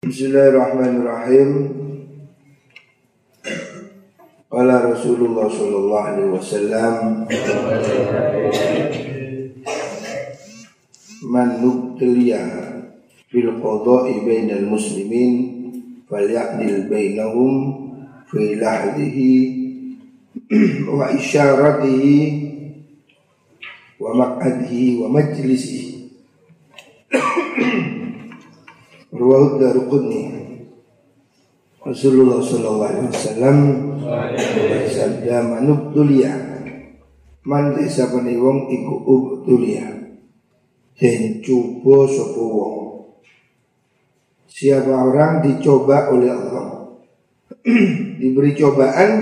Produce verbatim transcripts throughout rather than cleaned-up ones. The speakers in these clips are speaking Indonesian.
Bismillahirrahmanirrahim. Qala Rasulullah sallallahu alaihi wasallam, man nubtiliya fil qada'i bainal muslimin falyaqdil bainahum fi lahdihi wa isyaratihi wa maq'adihi wa majlisihi. Rawahu Daruqutni. Rasulullah sallallahu alaihi wasallam bersabda, manubtuliya man desa peni wong iku ubtuliya den coba sapa wong. Siapa orang dicoba oleh Allah, diberi cobaan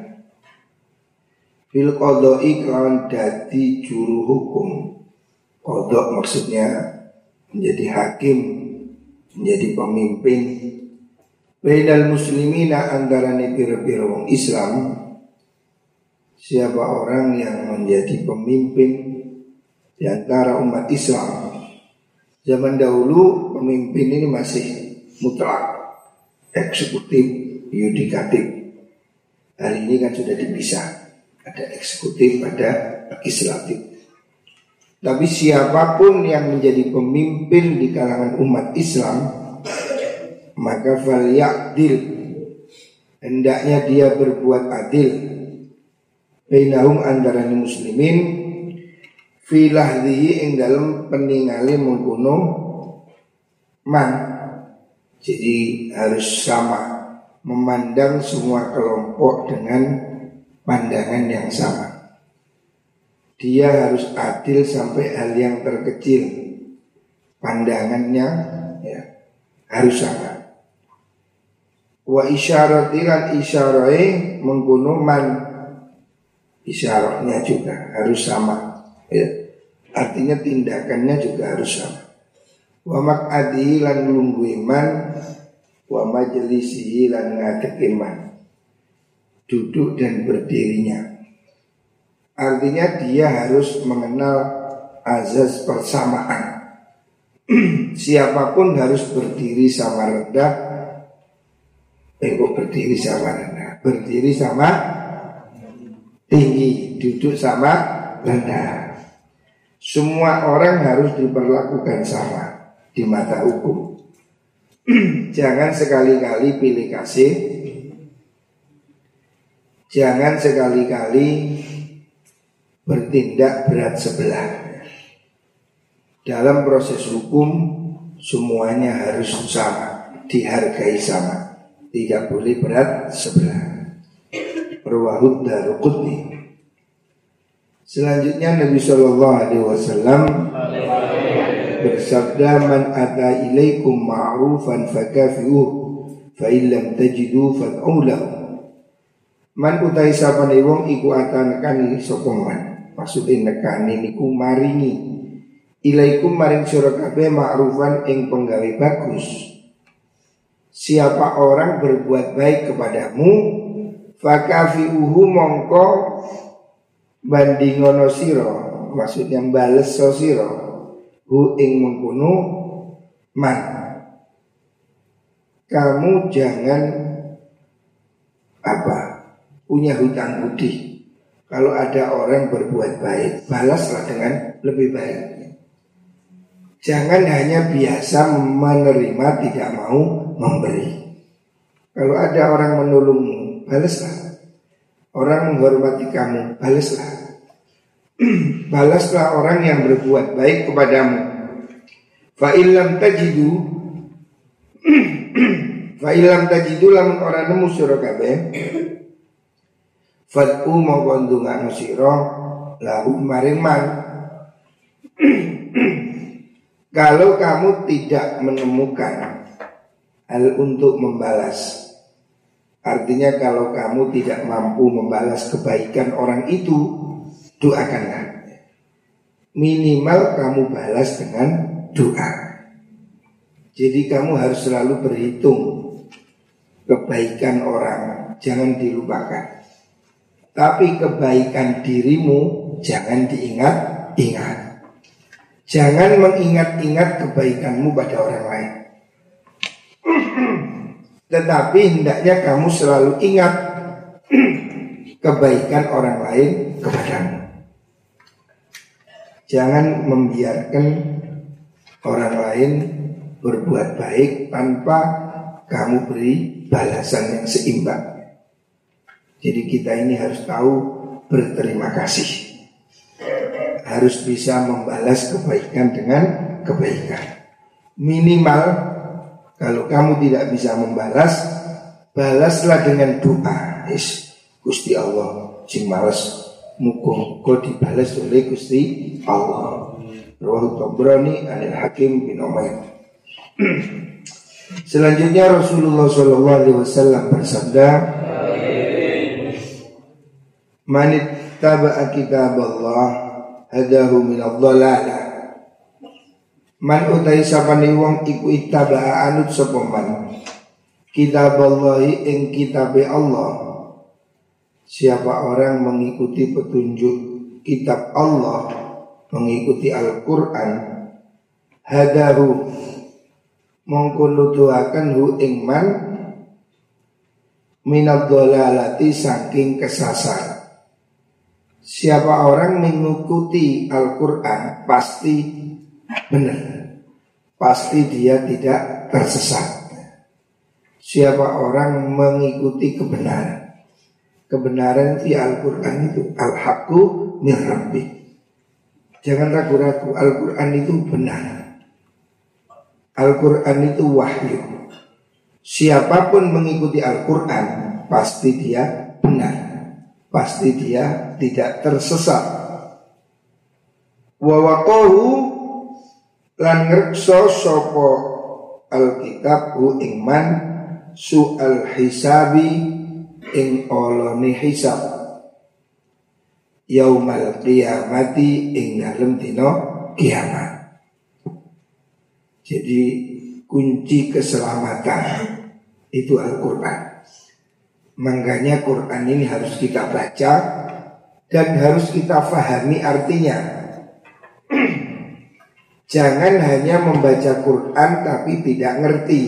fil qada'i kelawan dadi juru hukum. Qada maksudnya menjadi hakim, menjadi pemimpin bainal muslimina antara pira-pira wong Islam. Siapa orang yang menjadi pemimpin di antara umat Islam. Zaman dahulu pemimpin ini masih mutlak, eksekutif, yudikatif. Hari ini kan sudah dipisah, ada eksekutif, ada legislatif. Tapi siapapun yang menjadi pemimpin di kalangan umat Islam, maka falyaqdil, hendaknya dia berbuat adil bainahum antara muslimin fi lahdihi ing dalem peninggali mengkono man. Jadi harus sama, memandang semua kelompok dengan pandangan yang sama. Dia harus adil sampai hal yang terkecil, pandangannya ya, harus sama. Wa isyarati lan isyarai mengkono man, isyaratnya juga harus sama ya. Artinya tindakannya juga harus sama. Wa maq'adihi lan nglungguhi man, wa majlisihi lan ngadeg man, duduk dan berdirinya. Artinya dia harus mengenal azas persamaan. Siapapun harus berdiri sama rendah. Eh kok berdiri sama rendah? Berdiri sama tinggi, duduk sama rendah. Semua orang harus diperlakukan sama di mata hukum. Jangan sekali-kali pilih kasih. Jangan sekali-kali bertindak berat sebelah. Dalam proses hukum semuanya harus sama, dihargai sama, tidak boleh berat sebelah. Rawahu Daruqutni. Selanjutnya Nabi Shallallahu Alaihi Wasallam bersabda, man ata ilaikum ma'rufan fakafi'uh fa illam tajidu fad'u lahu. Man utai sapane wong iku atanekani sapa man. Maksudnya nekani niku maringi ilaikum maring sira kabeh ma'rufan ing penggawe bagus. Siapa orang berbuat baik kepadamu, fakafi'uhu mongko bandingono sira, maksudnya bales so sira hu ing mengkono man. Kamu jangan apa punya hutang budi. Kalau ada orang berbuat baik, balaslah dengan lebih baik. Jangan hanya biasa menerima, tidak mau memberi. Kalau ada orang menolongmu, balaslah. Orang menghormati kamu, balaslah. Balaslah orang yang berbuat baik kepadamu. Fa illam tajidu fa illam tajidu lamun ora nemu sira kabeh, fad'u mongko ndongakno sira lahu maring man. Kalau kamu tidak menemukan hal untuk membalas, artinya kalau kamu tidak mampu membalas kebaikan orang itu, doakanlah. Minimal kamu balas dengan doa. Jadi kamu harus selalu berhitung kebaikan orang, jangan dilupakan. Tapi kebaikan dirimu jangan diingat-ingat. Jangan mengingat-ingat kebaikanmu pada orang lain. Tetapi hendaknya kamu selalu ingat kebaikan orang lain kepadamu. Jangan membiarkan orang lain berbuat baik tanpa kamu beri balasan yang seimbang. Jadi kita ini harus tahu berterima kasih, harus bisa membalas kebaikan dengan kebaikan. Minimal kalau kamu tidak bisa membalas, balaslah dengan doa. Is, Gusti Allah sing males muga-muga dibalas oleh Gusti Allah. Rawahu Tabrani anil Hakim bin Umair. Selanjutnya Rasulullah shallallahu alaihi wasallam bersabda, "Man ittaba'a kitaballah hadahu minadh dhalalah." Man utai sapane wong iku ittaba'a anut sapa man kitaballahi ing kitabe Allah. Siapa orang mengikuti petunjuk kitab Allah, mengikuti Al-Quran, hadahu mongko nuduhaken hu ing man minadh dhalalati saking kesasar. Siapa orang mengikuti Al-Quran pasti benar, pasti dia tidak tersesat. Siapa orang mengikuti kebenaran, kebenaran di Al-Quran itu al-haqqu min rabbik. Jangan ragu-ragu, Al-Quran itu benar, Al-Quran itu wahyu. Siapapun mengikuti Al-Quran pasti dia benar, pasti dia tidak tersesat. Wa waqahu lan ngrekso sapa Alkitab hu ing man su'al hisabi ing olone hisab yaumal qiyamati ing dalem dina kiamat. Jadi kunci keselamatan itu Al-Quran. Makanya Quran ini harus kita baca dan harus kita fahami artinya. Jangan hanya membaca Quran tapi tidak ngerti.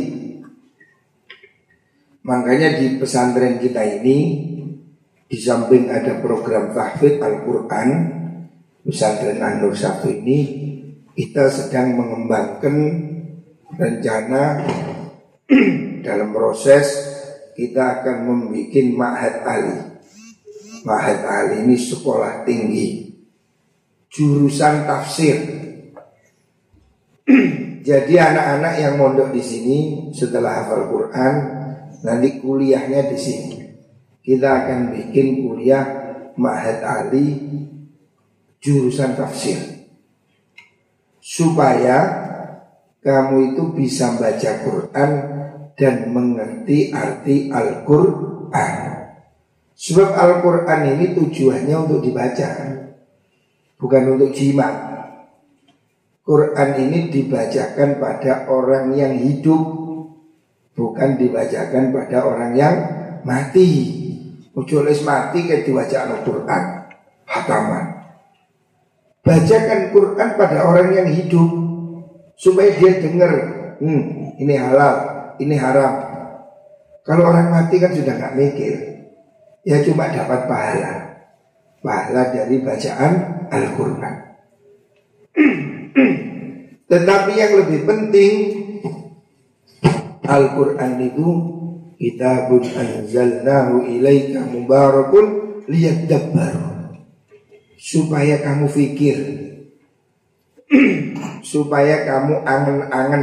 Makanya di pesantren kita ini, di samping ada program tahfidz Al-Quran, pesantren An-Nur satu ini, kita sedang mengembangkan rencana dalam proses kita akan membuat Ma'had Ali. Ma'had Ali ini sekolah tinggi jurusan tafsir. Jadi anak-anak yang mondok di sini setelah hafal Quran nanti kuliahnya di sini. Kita akan bikin kuliah Ma'had Ali jurusan tafsir, supaya kamu itu bisa baca Quran dan mengerti arti Al-Quran. Sebab Al-Quran ini tujuannya untuk dibaca, bukan untuk jimat. Quran ini dibacakan pada orang yang hidup, bukan dibacakan pada orang yang mati. Ujulis mati kayak dibaca Al-Quran hataman. Bacakan Quran pada orang yang hidup, supaya dia dengar, hmm, ini halal, ini haram. Kalau orang mati kan sudah gak mikir, ya cuma dapat pahala, pahala dari bacaan Al-Quran. Tetapi yang lebih penting, Al-Quran itu kitabun anzalnahu ilaika mubarakun liyadabbaru, supaya kamu fikir, supaya kamu angen-angen,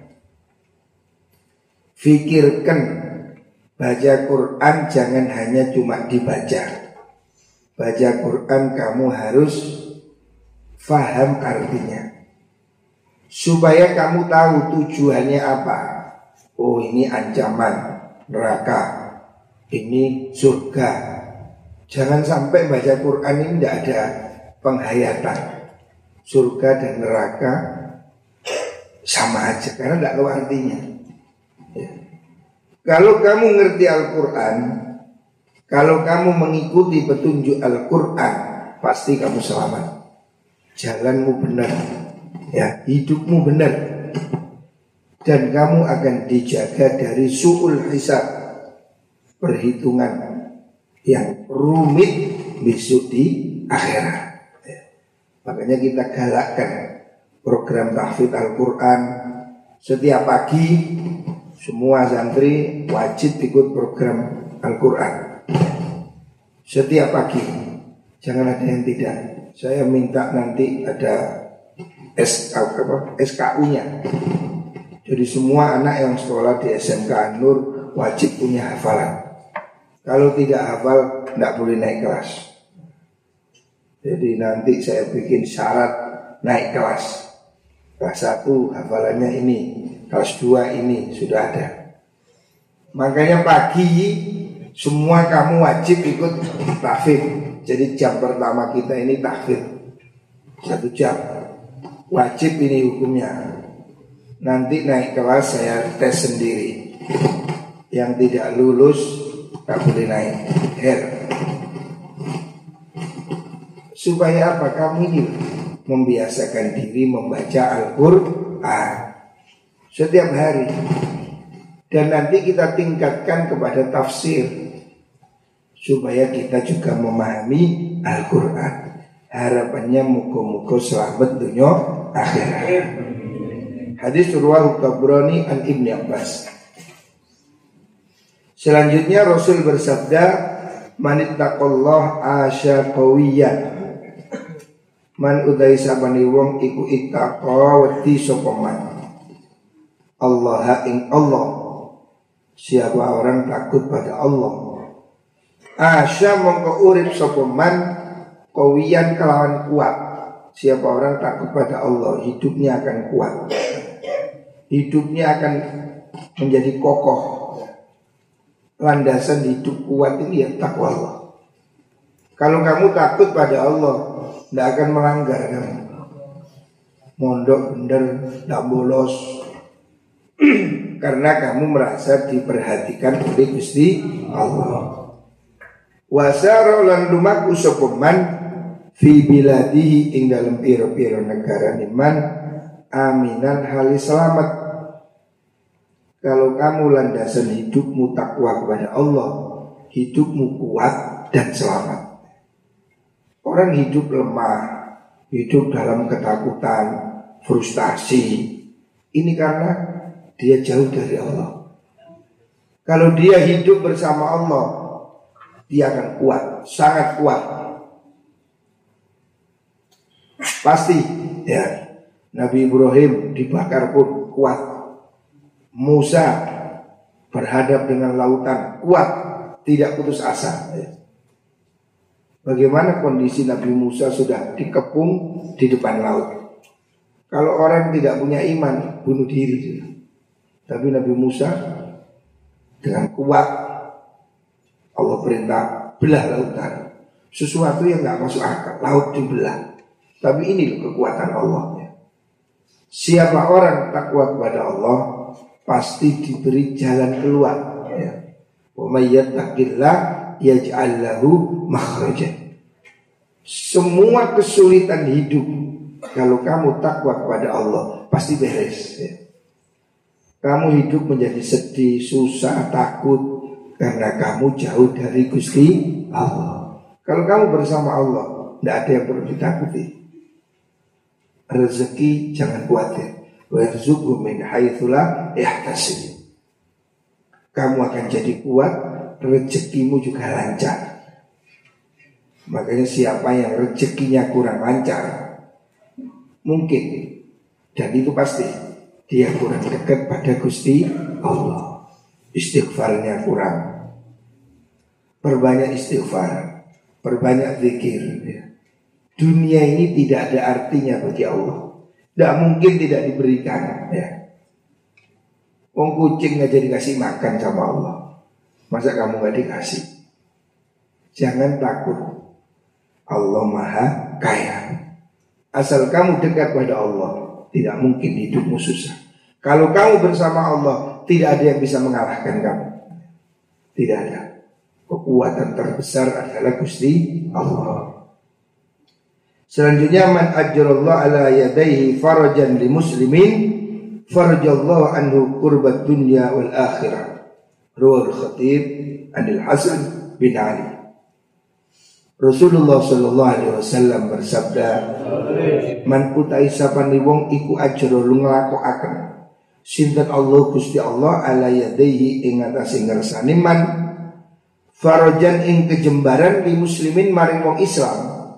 fikirkan. Baca Quran jangan hanya cuma dibaca. Baca Quran kamu harus faham artinya, supaya kamu tahu tujuannya apa. Oh, ini ancaman neraka, ini surga. Jangan sampai baca Quran ini tidak ada penghayatan. Surga dan neraka sama aja karena tidak tahu artinya. Ya. Kalau kamu ngerti Al-Quran, kalau kamu mengikuti petunjuk Al-Quran, pasti kamu selamat. Jalanmu benar, ya, hidupmu benar. dan kamu akan dijaga dari su'ul hisab, perhitungan yang rumit besok di akhirat. Makanya kita galakkan program tahfidz Al-Quran. Setiap pagi semua santri wajib ikut program Al-Quran. Setiap pagi, jangan ada yang tidak. Saya minta nanti ada S K U-nya. Jadi semua anak yang sekolah di S M K An-Nur wajib punya hafalan. Kalau tidak hafal, tidak boleh naik kelas. Jadi nanti saya bikin syarat naik kelas. Kelas satu hafalannya ini, kelas dua ini sudah ada. Makanya pagi semua kamu wajib ikut tahfidz. Jadi jam pertama kita ini tahfidz satu jam. Wajib ini hukumnya. Nanti naik kelas saya tes sendiri. Yang tidak lulus tak boleh naik. Her. Supaya apa? Kamu ini membiasakan diri membaca Al-Quran setiap hari. Dan nanti kita tingkatkan kepada tafsir, supaya kita juga memahami Al-Quran. Harapannya muka-muka selamat dunia akhirat. Hadis riwayat Tabrani an Ibnu Abbas. Selanjutnya Rasul bersabda, "Manittaqallah asya qawiyan." Man utai sabani wong iku ittaqa wedi sapa man. Allah ing Allah. Siapa orang takut pada Allah, asya mongko urip sapa man qawiyan kelawan kuat. Siapa orang takut pada Allah, hidupnya akan kuat. Hidupnya akan menjadi kokoh. Landasan hidup kuat ini ya takwa Allah. Kalau kamu takut pada Allah, tidak akan melanggar kamu. Mondok bener, tidak bolos. Karena kamu merasa diperhatikan oleh Gusti Allah. Wasara lan lumaku sapa man fi biladihi ing dalem pira-pira negara niman aminan hali selamat. Kalau kamu landasan hidupmu takwa kepada Allah, hidupmu kuat dan selamat. Orang hidup lemah, hidup dalam ketakutan, frustasi, ini karena dia jauh dari Allah. Kalau dia hidup bersama Allah, dia akan kuat, sangat kuat. Pasti ya, Nabi Ibrahim dibakar pun kuat. Musa berhadap dengan lautan kuat, tidak putus asa. Bagaimana kondisi Nabi Musa sudah dikepung di depan laut. Kalau orang tidak punya iman, bunuh diri. Tapi Nabi Musa dengan kuat, Allah perintah belah lautan. Sesuatu yang gak masuk akal, laut dibelah. Tapi ini loh kekuatan Allah. Siapa orang takwa kepada Allah, pasti diberi jalan keluar. Wa may yattaqillah yaj'al lahu makhrajan. Semua kesulitan hidup, kalau kamu takwa kepada Allah, pasti beres. Kamu hidup menjadi sedih, susah, takut karena kamu jauh dari Gusti Allah. Kalau kamu bersama Allah, tidak ada yang perlu ditakuti. Rezeki jangan khawatir. Wa yarzuqhu min haitsu la yahtasib. Kamu akan jadi kuat, rezekimu juga lancar. Makanya siapa yang rezekinya kurang lancar, mungkin, dan itu pasti, dia kurang dekat pada Gusti Allah. Istighfarnya kurang. Perbanyak istighfar, perbanyak zikir. Dunia ini tidak ada artinya bagi Allah. Tidak mungkin tidak diberikan ya. Wong kucing aja dikasih makan sama Allah, masa kamu gak dikasih? Jangan takut, Allah maha kaya. Asal kamu dekat pada Allah, tidak mungkin hidupmu susah. Kalau kamu bersama Allah, tidak ada yang bisa mengalahkan kamu. Tidak ada. Kekuatan terbesar adalah Gusti Allah. Selanjutnya, man ajrallahu ala yadayhi farajan li muslimin farajallahu anhu qurbat dunya wal akhirah. Rawahul Khatib Anil Hasan bin Ali. Rasulullah sallallahu alaihi wasallam bersabda, man utai sapane wong iku ajra lu nglakokaken sinten Allah Gusti Allah ala yadaihi ing atase ngersane man farajan ing kejembaran di muslimin maring wong Islam.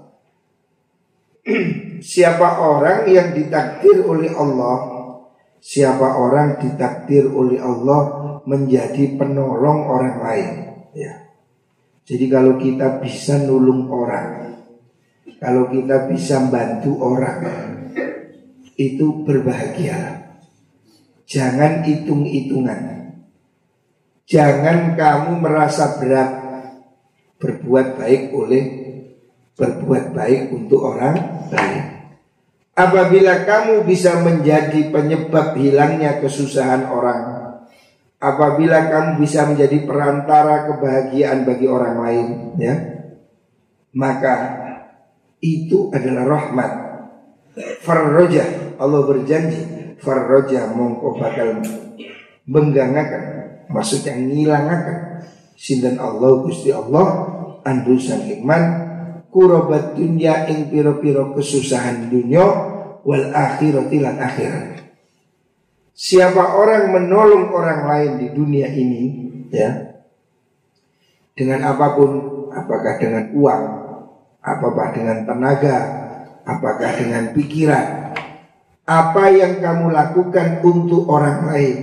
Siapa orang yang ditakdir oleh Allah, siapa orang ditakdir oleh Allah menjadi penolong orang lain, ya. Jadi kalau kita bisa nulung orang, kalau kita bisa bantu orang, itu berbahagia. Jangan hitung-hitungan. Jangan kamu merasa berat berbuat baik oleh berbuat baik untuk orang lain. Apabila kamu bisa menjadi penyebab hilangnya kesusahan orang, apabila kamu bisa menjadi perantara kebahagiaan bagi orang lain, ya, maka itu adalah rahmat. Farroja, Allah berjanji, farroja mongko bakal menggangakan, maksudnya ngilangakan sinten Allah Gusti Allah andusan hikman kurobat dunya ing piro-piro kesusahan dunya wal akhirati lan akhirat. Siapa orang menolong orang lain di dunia ini, ya, dengan apapun, apakah dengan uang, apakah dengan tenaga, apakah dengan pikiran, apa yang kamu lakukan untuk orang lain,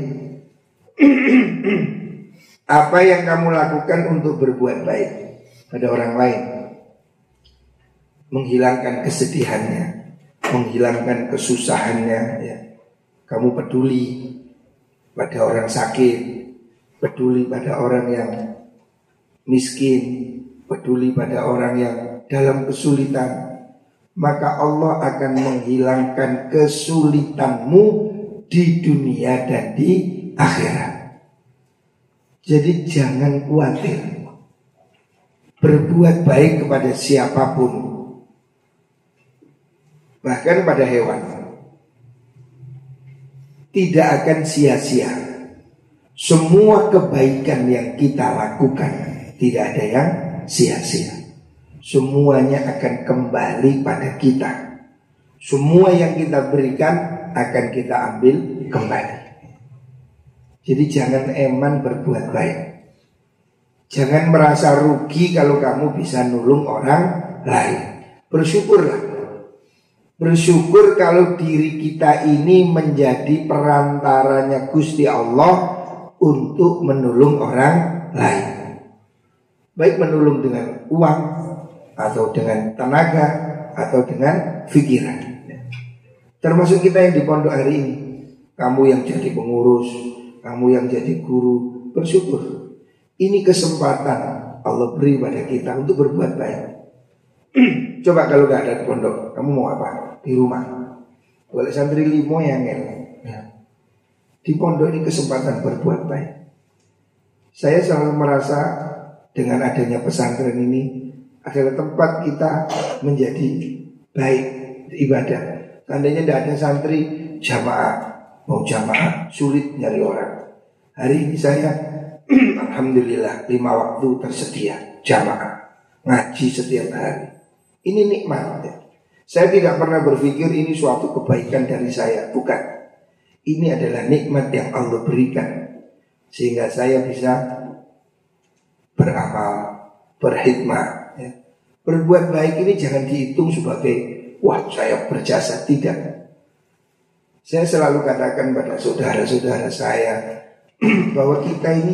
apa yang kamu lakukan untuk berbuat baik pada orang lain, menghilangkan kesedihannya, menghilangkan kesusahannya, ya. Kamu peduli pada orang sakit, peduli pada orang yang miskin, peduli pada orang yang dalam kesulitan, maka Allah akan menghilangkan kesulitanmu di dunia dan di akhirat. Jadi jangan khawatir berbuat baik kepada siapapun, bahkan pada hewan, tidak akan sia-sia. Semua kebaikan yang kita lakukan tidak ada yang sia-sia. Semuanya akan kembali pada kita. Semua yang kita berikan akan kita ambil kembali. Jadi jangan eman berbuat baik. Jangan merasa rugi kalau kamu bisa nulung orang lain. Bersyukurlah. Bersyukur kalau diri kita ini menjadi perantaranya Gusti Allah untuk menolong orang lain. Baik menolong dengan uang, atau dengan tenaga, atau dengan pikiran. Termasuk kita yang di pondok hari ini. Kamu yang jadi pengurus, kamu yang jadi guru, bersyukur. Ini kesempatan Allah beri pada kita untuk berbuat baik. Coba kalau gak ada di pondok, kamu mau apa? Di rumah. Boleh santri limo yang ya. Di pondok ini kesempatan berbuat baik. Saya selalu merasa dengan adanya pesantren ini adalah tempat kita menjadi baik ibadah. Tandanya tidak ada santri jamaah, mau jamaah sulit nyari orang. Hari ini saya alhamdulillah lima waktu tersedia jamaah, ngaji setiap hari. Ini nikmat, ya. Saya tidak pernah berpikir ini suatu kebaikan dari saya, bukan. Ini adalah nikmat yang Allah berikan, sehingga saya bisa beramal, berkhidmat, ya. Berbuat baik ini jangan dihitung sebagai wah saya berjasa, tidak. Saya selalu katakan pada saudara-saudara saya bahwa kita ini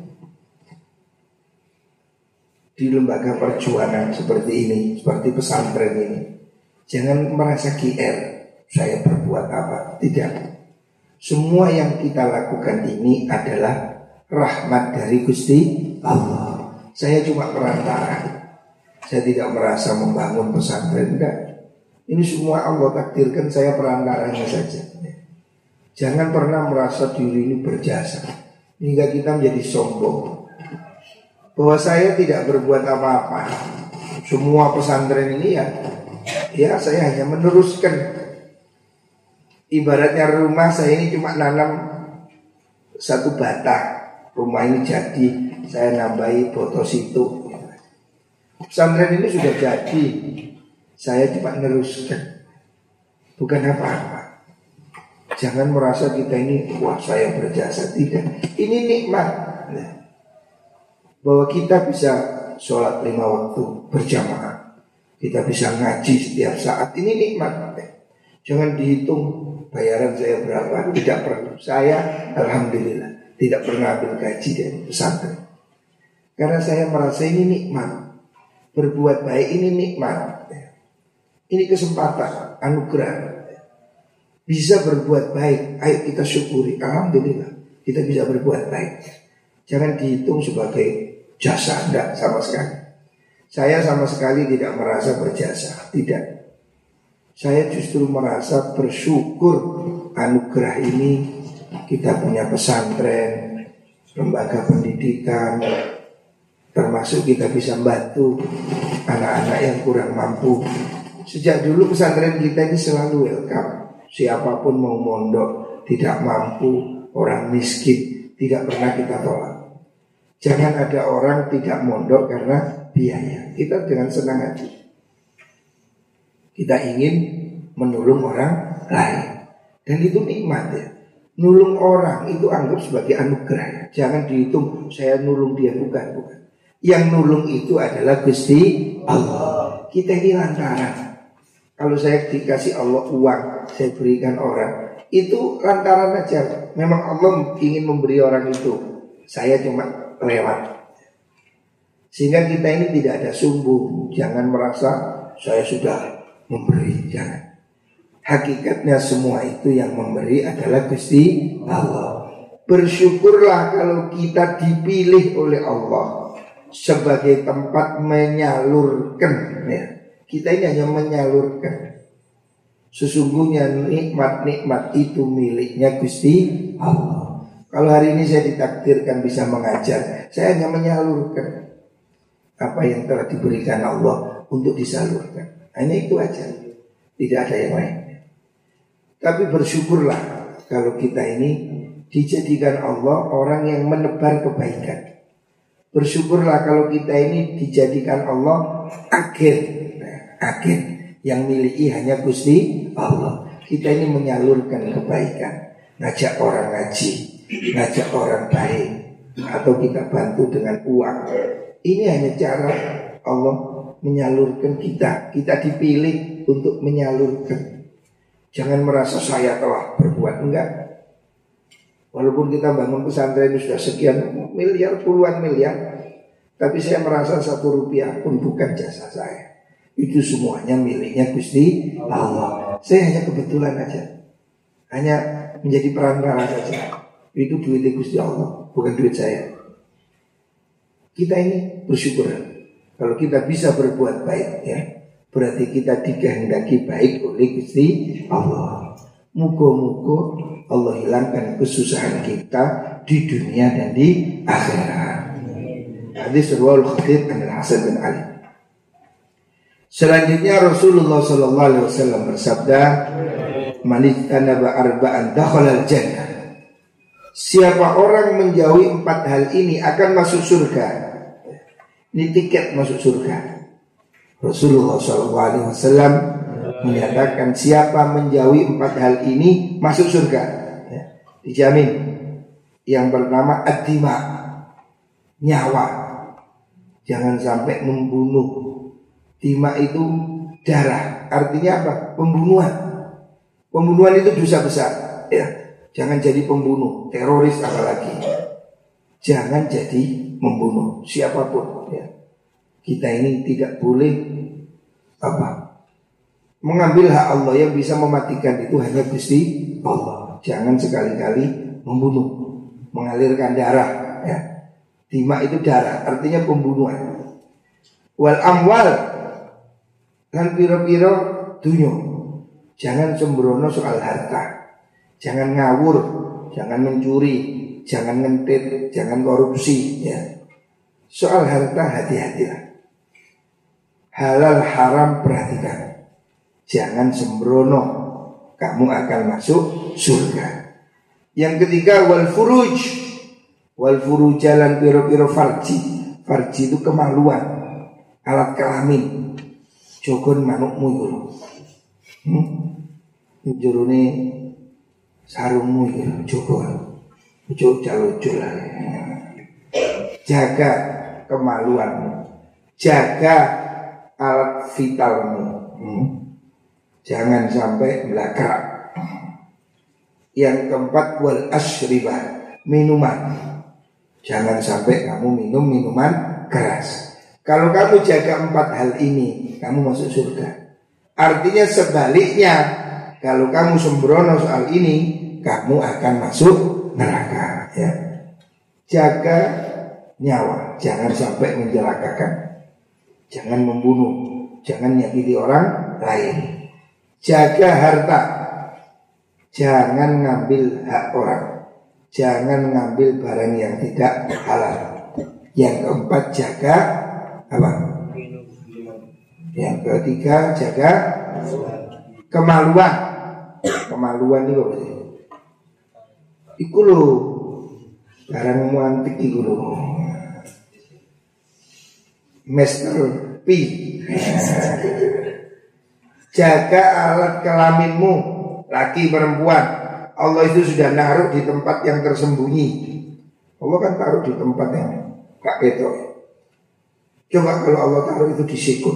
di lembaga perjuangan seperti ini, seperti pesantren ini, jangan merasa G R, saya berbuat apa, tidak. Semua yang kita lakukan ini adalah rahmat dari Gusti Allah. Saya cuma perantara. Saya tidak merasa membangun pesantren, enggak. Ini semua Allah takdirkan, saya perantaranya saja. Jangan pernah merasa diri ini berjasa hingga kita menjadi sombong bahwa saya tidak berbuat apa-apa. Semua pesantren ini ya, ya saya hanya meneruskan Ibaratnya rumah saya ini cuma nanam satu batang, rumah ini jadi, saya nambahi botol situ. Pesantren ini sudah jadi, saya cuma neruskan, bukan apa-apa. Jangan merasa kita ini, wah saya berjasa. Tidak, ini nikmat. Nah, bahwa kita bisa sholat lima waktu berjamaah, kita bisa ngaji setiap saat, ini nikmat. Jangan dihitung bayaran saya berapa, tidak perlu. Saya alhamdulillah tidak pernah ambil gaji dari pesantren, karena saya merasa ini nikmat. Berbuat baik ini nikmat. Ini kesempatan, anugerah. Bisa berbuat baik, ayo kita syukuri. Alhamdulillah kita bisa berbuat baik. Jangan dihitung sebagai jasa, enggak, sama sekali. Saya sama sekali tidak merasa berjasa, tidak. Saya justru merasa bersyukur anugerah ini. Kita punya pesantren, lembaga pendidikan, termasuk kita bisa bantu anak-anak yang kurang mampu. Sejak dulu pesantren kita ini selalu welcome. Siapapun mau mondok, tidak mampu, orang miskin, tidak pernah kita tolak. Jangan ada orang tidak mondok karena biaya. Kita dengan senang hati, kita ingin menolong orang lain. Dan itu nikmat ya. Nulung orang itu anggap sebagai anugerah. Jangan dihitung saya nulung dia, bukan, bukan. Yang nulung itu adalah Gusti Allah. Kita ini lantaran. Kalau saya dikasih Allah uang, saya berikan orang, itu lantaran aja. Memang Allah ingin memberi orang itu, saya cuma lewat. Sehingga kita ini tidak ada sombong. Jangan merasa saya sudah memberi, jangan. Hakikatnya semua itu yang memberi adalah Gusti Allah. Bersyukurlah kalau kita dipilih oleh Allah sebagai tempat menyalurkan ya. Kita ini hanya menyalurkan. Sesungguhnya nikmat-nikmat itu miliknya Gusti Allah. Kalau hari ini saya ditakdirkan bisa mengajar, saya hanya menyalurkan apa yang telah diberikan Allah untuk disalurkan. Hanya itu aja, tidak ada yang lain. Tapi bersyukurlah kalau kita ini dijadikan Allah orang yang menebar kebaikan. Bersyukurlah kalau kita ini dijadikan Allah agen, nah, agen yang miliki hanya Gusti Allah. Kita ini menyalurkan kebaikan, ngajak orang ngaji, ngajak orang baik, atau kita bantu dengan uang. Ini hanya cara Allah menyalurkan kita. Kita dipilih untuk menyalurkan. Jangan merasa saya telah berbuat, enggak. Walaupun kita bangun pesantren ini sudah sekian miliar, puluhan miliar, tapi saya merasa satu rupiah pun bukan jasa saya. Itu semuanya miliknya Gusti Allah. Saya hanya kebetulan aja, hanya menjadi perantara saja. Itu duitnya Gusti Allah, bukan duit saya. Kita ini bersyukur kalau kita bisa berbuat baik ya. Berarti kita dikehendaki baik oleh Gusti Allah. Muga-muga Allah hilangkan kesusahan kita di dunia dan di akhirat. Hadis riwayat Khatib an Hasan bin Ali. Selanjutnya Rasulullah sallallahu alaihi wasallam bersabda, "Man istanaba arba'an dakhala al-jannah." Siapa orang menjauhi empat hal ini akan masuk surga. Ini tiket masuk surga. Rasulullah shallallahu alaihi wasallam menyatakan siapa menjauhi empat hal ini masuk surga ya, dijamin. Yang pertama ad-dima, nyawa. Jangan sampai membunuh. Dima itu darah. Artinya apa? Pembunuhan. Pembunuhan itu dosa besar ya. Jangan jadi pembunuh, teroris apalagi. Jangan jadi membunuh siapapun ya. Kita ini tidak boleh apa mengambil hak Allah. Yang bisa mematikan itu hanya Gusti Allah. Jangan sekali-kali membunuh, mengalirkan darah ya. Dima itu darah, artinya pembunuhan. Wal amwal, lan piro-piro dunyo. Jangan sembrono soal harta. Jangan ngawur, jangan mencuri, jangan ngentit, jangan korupsi ya. Soal harta hati-hatilah. Halal haram perhatikan. Jangan sembrono. kamu akan masuk surga. Yang ketiga wal furuj. Wal furuj jalan piro-piro farji. Farji itu kemaluan, alat kelamin. Jogon manukmu itu. Hmm? Jurune sarungmu itu jogon. Lucu-lucu lah. Jaga kemaluanmu, jaga alat vitalmu. Hmm? Jangan sampai belakang. Yang keempat wal ashribah, minuman. Jangan sampai kamu minum minuman keras. Kalau kamu jaga empat hal ini, kamu masuk surga. Artinya sebaliknya, kalau kamu sembrono soal ini, kamu akan masuk neraka. Ya. Jaga nyawa, jangan sampai menjelakakan. Jangan membunuh, jangan nyakiti orang lain. Jaga harta, jangan ngambil hak orang, jangan ngambil barang yang tidak halal. Yang keempat jaga apa? Yang ketiga jaga kemaluan. Kemaluan itu apa sih? Iku lho, barang antik iku lho. Mister P. Jaga alat kelaminmu, laki perempuan. Allah itu sudah naruh di tempat yang tersembunyi. Allah kan taruh di tempat yang gak ketok. Coba kalau Allah taruh itu di sikut,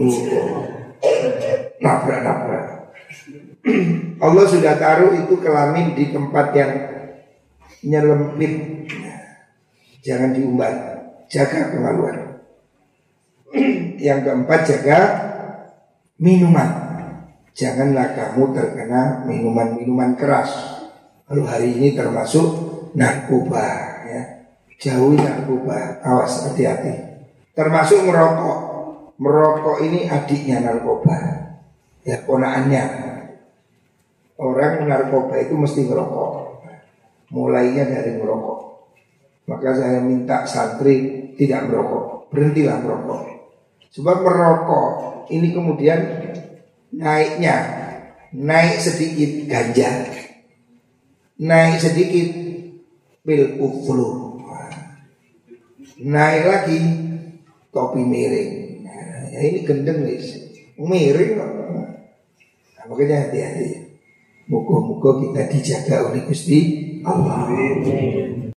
nabrak-nabrak. Allah sudah taruh itu kelamin di tempat yang nyelempit. Jangan diumbar. Jaga kemaluan. Yang keempat jaga minuman. Janganlah kamu terkena minuman-minuman keras. Lalu hari ini termasuk narkoba, ya. Jauhi narkoba, awas, hati-hati. Termasuk merokok. Merokok ini adiknya narkoba, ya, ponaannya. Orang narkoba itu mesti merokok. Mulainya dari merokok. Maka saya minta santri tidak merokok, berhentilah merokok. Sebab merokok ini kemudian naiknya, naik sedikit ganja, naik sedikit pil uflu, naik lagi topi miring. Nah, ya ini gendeng nih, miring. Nah, makanya hati-hati. Muka-muka kita dijaga oleh Gusti Allah.